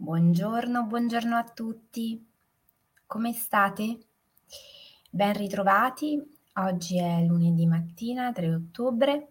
Buongiorno a tutti. Come state? Ben ritrovati. Oggi è lunedì mattina, 3 ottobre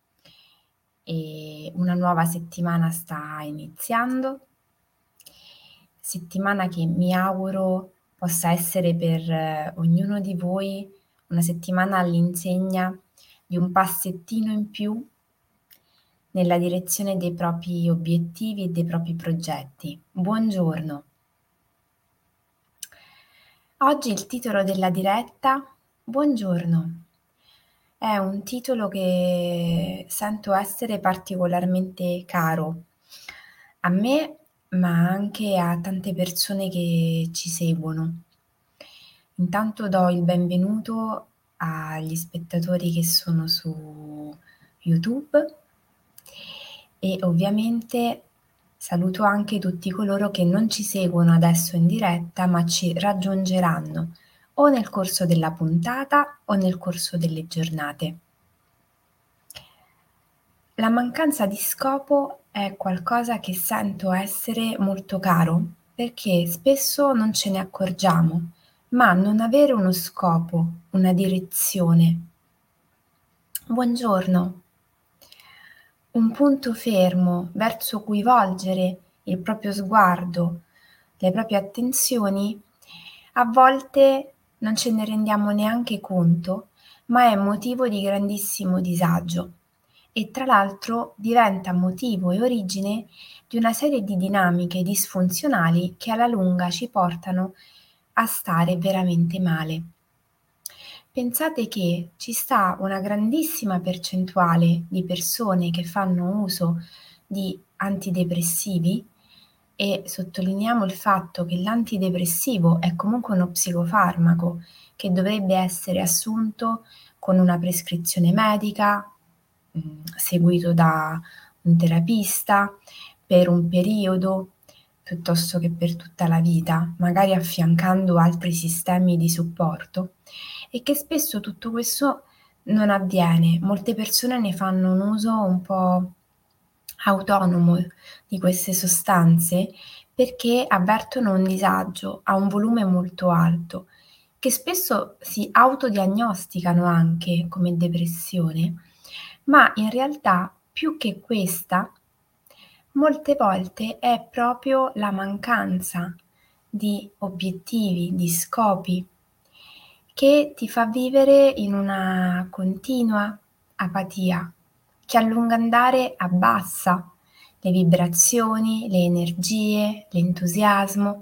e una nuova settimana sta iniziando. Settimana che mi auguro possa essere per ognuno di voi una settimana all'insegna di un passettino in più nella direzione dei propri obiettivi e dei propri progetti. Buongiorno. Oggi il titolo della diretta, buongiorno, è un titolo che sento essere particolarmente caro a me, ma anche a tante persone che ci seguono. Intanto do il benvenuto agli spettatori che sono su YouTube e ovviamente saluto anche tutti coloro che non ci seguono adesso in diretta, ma ci raggiungeranno o nel corso della puntata o nel corso delle giornate. La mancanza di scopo è qualcosa che sento essere molto caro, perché spesso non ce ne accorgiamo, ma non avere uno scopo, una direzione. Buongiorno. Un punto fermo verso cui volgere il proprio sguardo, le proprie attenzioni, a volte non ce ne rendiamo neanche conto, ma è motivo di grandissimo disagio e tra l'altro diventa motivo e origine di una serie di dinamiche disfunzionali che alla lunga ci portano a stare veramente male. Pensate che ci sta una grandissima percentuale di persone che fanno uso di antidepressivi e sottolineiamo il fatto che l'antidepressivo è comunque uno psicofarmaco che dovrebbe essere assunto con una prescrizione medica, seguito da un terapista per un periodo piuttosto che per tutta la vita, magari affiancando altri sistemi di supporto e che spesso tutto questo non avviene. Molte persone ne fanno un uso un po' autonomo di queste sostanze perché avvertono un disagio a un volume molto alto, che spesso si autodiagnosticano anche come depressione, ma in realtà più che questa, molte volte è proprio la mancanza di obiettivi, di scopi, che ti fa vivere in una continua apatia, che a lungo andare abbassa le vibrazioni, le energie, l'entusiasmo.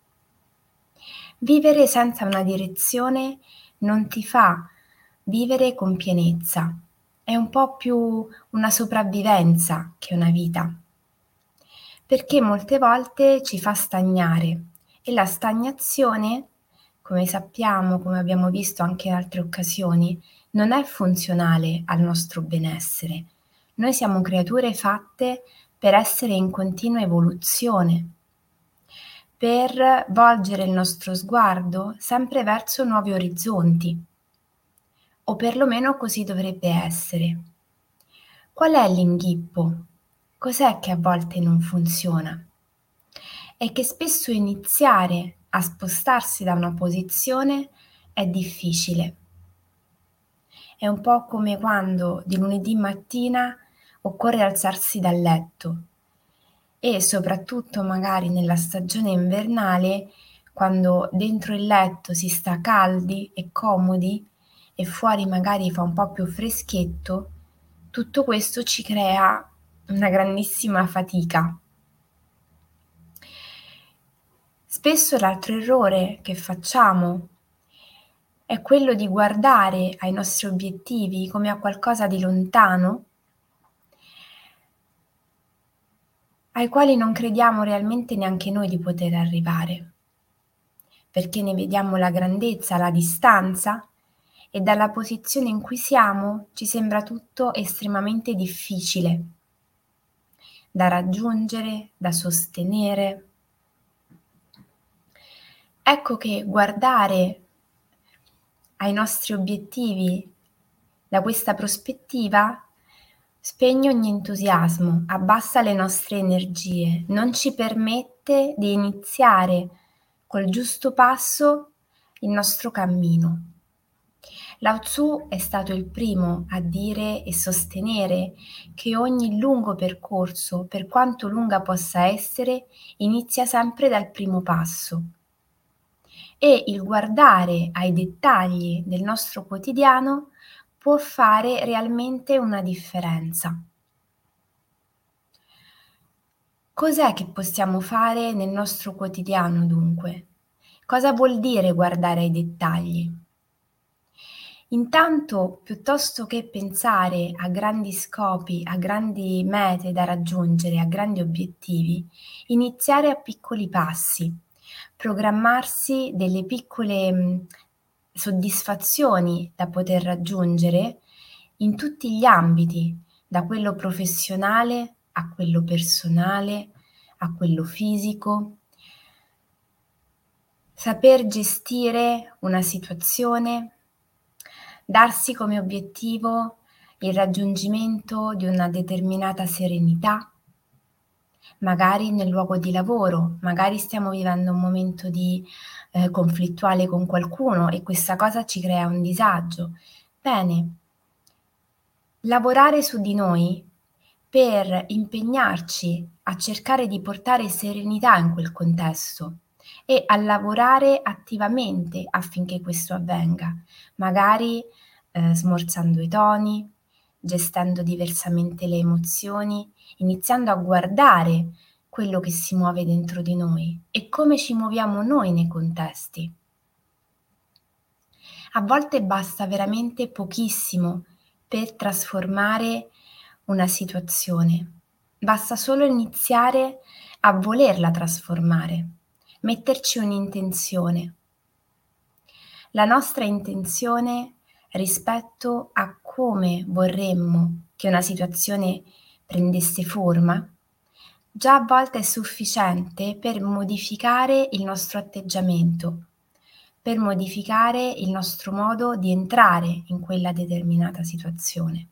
Vivere senza una direzione non ti fa vivere con pienezza, è un po' più una sopravvivenza che una vita, perché molte volte ci fa stagnare e la stagnazione, come sappiamo, come abbiamo visto anche in altre occasioni, non è funzionale al nostro benessere. Noi siamo creature fatte per essere in continua evoluzione, per volgere il nostro sguardo sempre verso nuovi orizzonti, o perlomeno così dovrebbe essere. Qual è l'inghippo? Cos'è che a volte non funziona? È che spesso iniziare a spostarsi da una posizione è difficile. È un po' come quando di lunedì mattina occorre alzarsi dal letto e soprattutto magari nella stagione invernale, quando dentro il letto si sta caldi e comodi e fuori magari fa un po' più freschetto, tutto questo ci crea una grandissima fatica. Spesso l'altro errore che facciamo è quello di guardare ai nostri obiettivi come a qualcosa di lontano, ai quali non crediamo realmente neanche noi di poter arrivare, perché ne vediamo la grandezza, la distanza e dalla posizione in cui siamo ci sembra tutto estremamente difficile da raggiungere, da sostenere. Ecco che guardare ai nostri obiettivi da questa prospettiva spegne ogni entusiasmo, abbassa le nostre energie, non ci permette di iniziare col giusto passo il nostro cammino. Lao Tzu è stato il primo a dire e sostenere che ogni lungo percorso, per quanto lunga possa essere, inizia sempre dal primo passo. E il guardare ai dettagli del nostro quotidiano può fare realmente una differenza. Cos'è che possiamo fare nel nostro quotidiano dunque? Cosa vuol dire guardare ai dettagli? Intanto, piuttosto che pensare a grandi scopi, a grandi mete da raggiungere, a grandi obiettivi, iniziare a piccoli passi, programmarsi delle piccole soddisfazioni da poter raggiungere in tutti gli ambiti, da quello professionale a quello personale, a quello fisico. Saper gestire una situazione, darsi come obiettivo il raggiungimento di una determinata serenità, magari nel luogo di lavoro, magari stiamo vivendo un momento di conflittuale con qualcuno e questa cosa ci crea un disagio. Bene, lavorare su di noi per impegnarci a cercare di portare serenità in quel contesto e a lavorare attivamente affinché questo avvenga, magari smorzando i toni, gestendo diversamente le emozioni, iniziando a guardare quello che si muove dentro di noi e come ci muoviamo noi nei contesti. A volte basta veramente pochissimo per trasformare una situazione. Basta solo iniziare a volerla trasformare, metterci un'intenzione. La nostra intenzione rispetto a come vorremmo che una situazione prendesse forma, già a volte è sufficiente per modificare il nostro atteggiamento, per modificare il nostro modo di entrare in quella determinata situazione.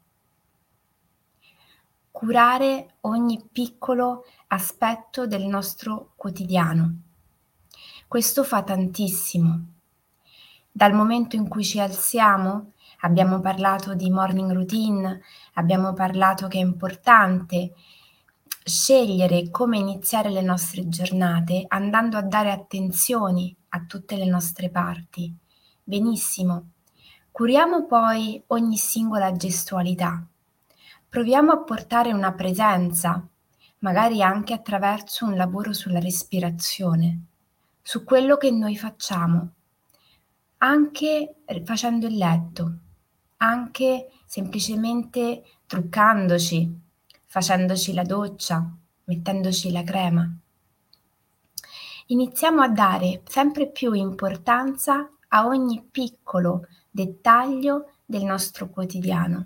Curare ogni piccolo aspetto del nostro quotidiano. Questo fa tantissimo. Dal momento in cui ci alziamo, abbiamo parlato di morning routine, abbiamo parlato che è importante scegliere come iniziare le nostre giornate andando a dare attenzioni a tutte le nostre parti. Benissimo. Curiamo poi ogni singola gestualità. Proviamo a portare una presenza, magari anche attraverso un lavoro sulla respirazione, su quello che noi facciamo, anche facendo il letto, anche semplicemente truccandoci, facendoci la doccia, mettendoci la crema. Iniziamo a dare sempre più importanza a ogni piccolo dettaglio del nostro quotidiano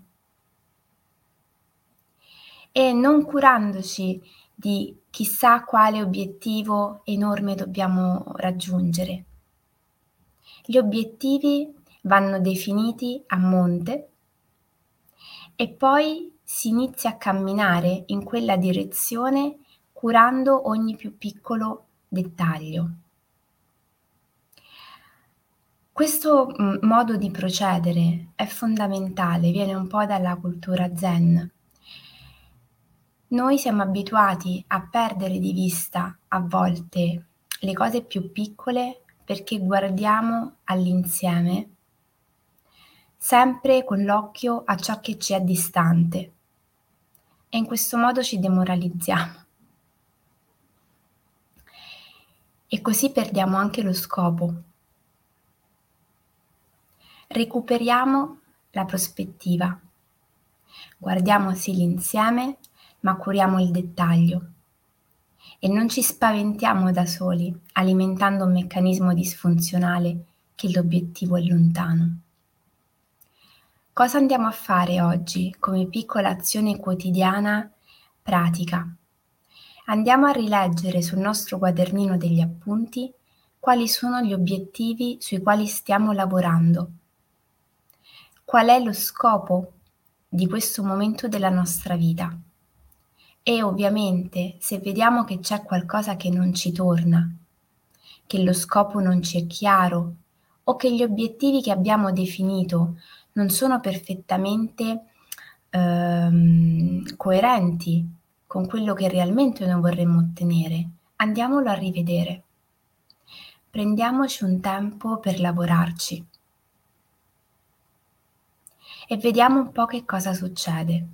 e non curandoci di chissà quale obiettivo enorme dobbiamo raggiungere. Gli obiettivi vanno definiti a monte e poi si inizia a camminare in quella direzione curando ogni più piccolo dettaglio. Questo modo di procedere è fondamentale, viene un po' dalla cultura zen. Noi siamo abituati a perdere di vista a volte le cose più piccole perché guardiamo all'insieme, sempre con l'occhio a ciò che ci è distante e in questo modo ci demoralizziamo e così perdiamo anche lo scopo. Recuperiamo la prospettiva, guardiamo sì l'insieme, ma curiamo il dettaglio e non ci spaventiamo da soli, alimentando un meccanismo disfunzionale che l'obiettivo è lontano. Cosa andiamo a fare oggi come piccola azione quotidiana pratica? Andiamo a rileggere sul nostro quadernino degli appunti quali sono gli obiettivi sui quali stiamo lavorando. Qual è lo scopo di questo momento della nostra vita. E ovviamente se vediamo che c'è qualcosa che non ci torna, che lo scopo non ci è chiaro o che gli obiettivi che abbiamo definito non sono perfettamente coerenti con quello che realmente noi vorremmo ottenere, andiamolo a rivedere. Prendiamoci un tempo per lavorarci e vediamo un po' che cosa succede.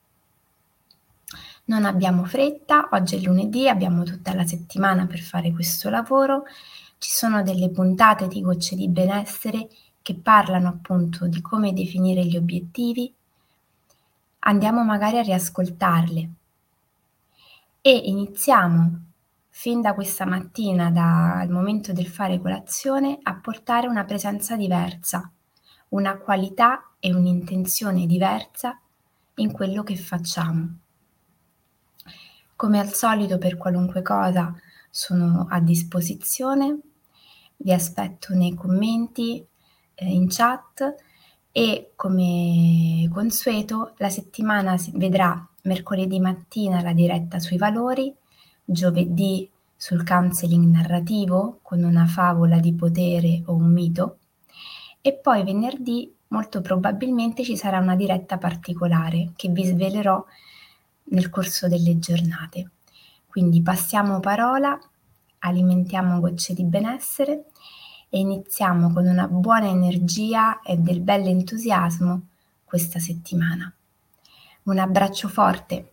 Non abbiamo fretta, oggi è lunedì, abbiamo tutta la settimana per fare questo lavoro. Ci sono delle puntate di Gocce di Benessere che parlano appunto di come definire gli obiettivi. Andiamo magari a riascoltarle e iniziamo fin da questa mattina, dal momento del fare colazione, a portare una presenza diversa, una qualità e un'intenzione diversa in quello che facciamo. Come al solito, per qualunque cosa sono a disposizione, vi aspetto nei commenti, in chat e come consueto la settimana si vedrà mercoledì mattina la diretta sui valori, giovedì sul counseling narrativo con una favola di potere o un mito e poi venerdì molto probabilmente ci sarà una diretta particolare che vi svelerò nel corso delle giornate. Quindi passiamo parola, alimentiamo Gocce di Benessere e iniziamo con una buona energia e del bell'entusiasmo questa settimana. Un abbraccio forte.